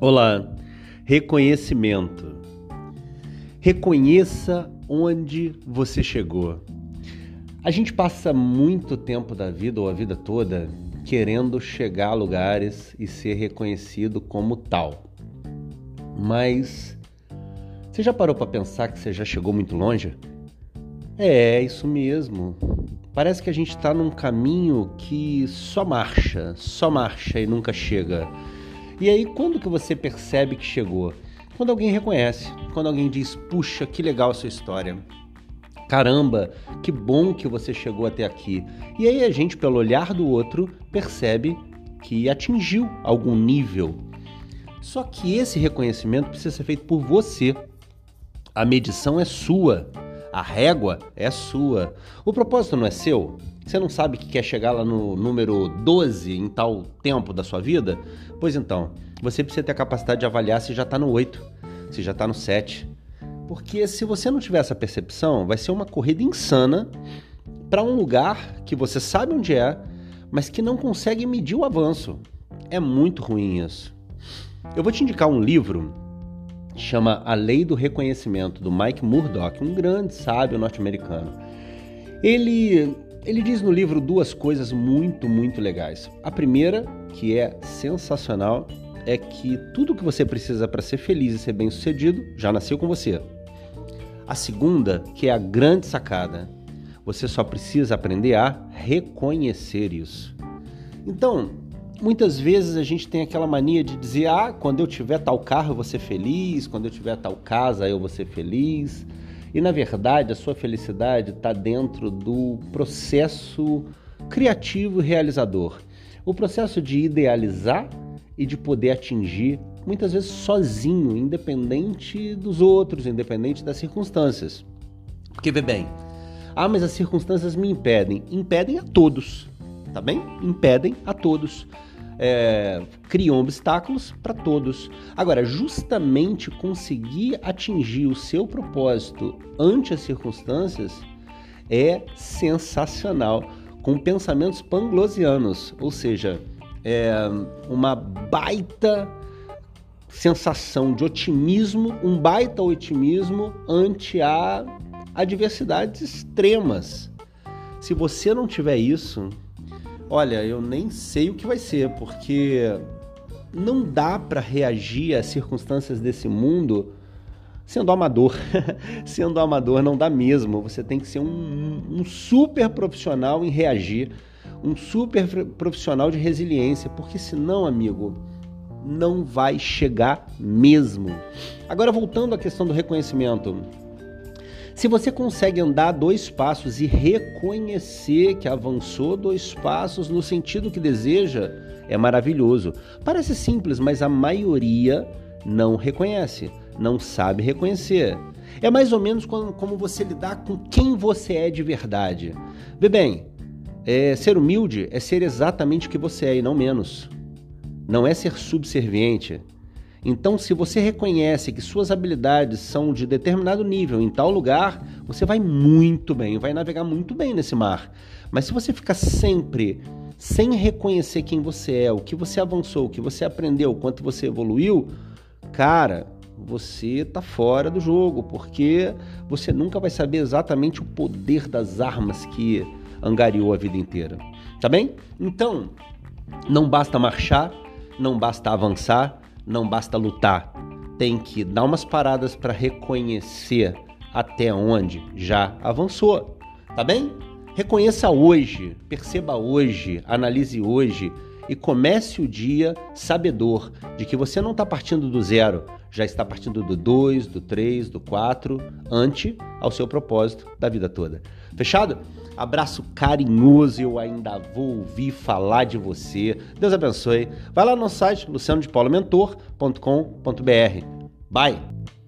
Olá, reconhecimento. Reconheça onde você chegou. A gente passa muito tempo da vida ou a vida toda querendo chegar a lugares e ser reconhecido como tal. Mas você já parou para pensar que você já chegou muito longe? É isso mesmo. Parece que a gente está num caminho que só marcha e nunca chega. E aí, quando que você percebe que chegou? Quando alguém reconhece, quando alguém diz, puxa, que legal a sua história. Caramba, que bom que você chegou até aqui. E aí a gente, pelo olhar do outro, percebe que atingiu algum nível. Só que esse reconhecimento precisa ser feito por você. A medição é sua. A régua é sua. O propósito não é seu? Você não sabe que quer chegar lá no número 12 em tal tempo da sua vida? Pois então, você precisa ter a capacidade de avaliar se já está no 8, se já está no 7. Porque se você não tiver essa percepção, vai ser uma corrida insana para um lugar que você sabe onde é, mas que não consegue medir o avanço. É muito ruim isso. Eu vou te indicar um livro, chama A Lei do Reconhecimento, do Mike Murdock, um grande sábio norte-americano. Ele diz no livro duas coisas muito legais. A primeira, que é sensacional, é que tudo que você precisa para ser feliz e ser bem-sucedido já nasceu com você. A segunda, que é a grande sacada, você só precisa aprender a reconhecer isso. Então, muitas vezes a gente tem aquela mania de dizer, quando eu tiver tal carro eu vou ser feliz, quando eu tiver tal casa eu vou ser feliz. E na verdade a sua felicidade está dentro do processo criativo e realizador. O processo de idealizar e de poder atingir, muitas vezes sozinho, independente dos outros, independente das circunstâncias. Porque vê bem, mas as circunstâncias me impedem. Impedem a todos, tá bem? Impedem a todos. Criam obstáculos para todos. Agora, justamente conseguir atingir o seu propósito ante as circunstâncias é sensacional, com pensamentos panglosianos, ou seja, uma baita sensação de otimismo, um baita otimismo ante a adversidades extremas. Se você não tiver isso, olha, eu nem sei o que vai ser, porque não dá para reagir às circunstâncias desse mundo sendo amador. Sendo amador não dá mesmo. Você tem que ser um super profissional em reagir, um super profissional de resiliência, porque senão, amigo, não vai chegar mesmo. Agora, voltando à questão do reconhecimento. Se você consegue andar 2 passos e reconhecer que avançou 2 passos no sentido que deseja, é maravilhoso. Parece simples, mas a maioria não reconhece, não sabe reconhecer. É mais ou menos como você lidar com quem você é de verdade. Vê bem, ser humilde é ser exatamente o que você é e não menos. Não é ser subserviente. Então, se você reconhece que suas habilidades são de determinado nível em tal lugar, você vai muito bem, vai navegar muito bem nesse mar. Mas se você ficar sempre sem reconhecer quem você é, o que você avançou, o que você aprendeu, o quanto você evoluiu, cara, você tá fora do jogo, porque você nunca vai saber exatamente o poder das armas que angariou a vida inteira. Tá bem? Então, não basta marchar, não basta avançar, não basta lutar, tem que dar umas paradas para reconhecer até onde já avançou, tá bem? Reconheça hoje, perceba hoje, analise hoje e comece o dia sabedor de que você não está partindo do 0, já está partindo do 2, do 3, do 4, ante ao seu propósito da vida toda. Fechado? Abraço carinhoso, eu ainda vou ouvir falar de você. Deus abençoe. Vai lá no nosso site, lucianodepaulomentor.com.br. Bye!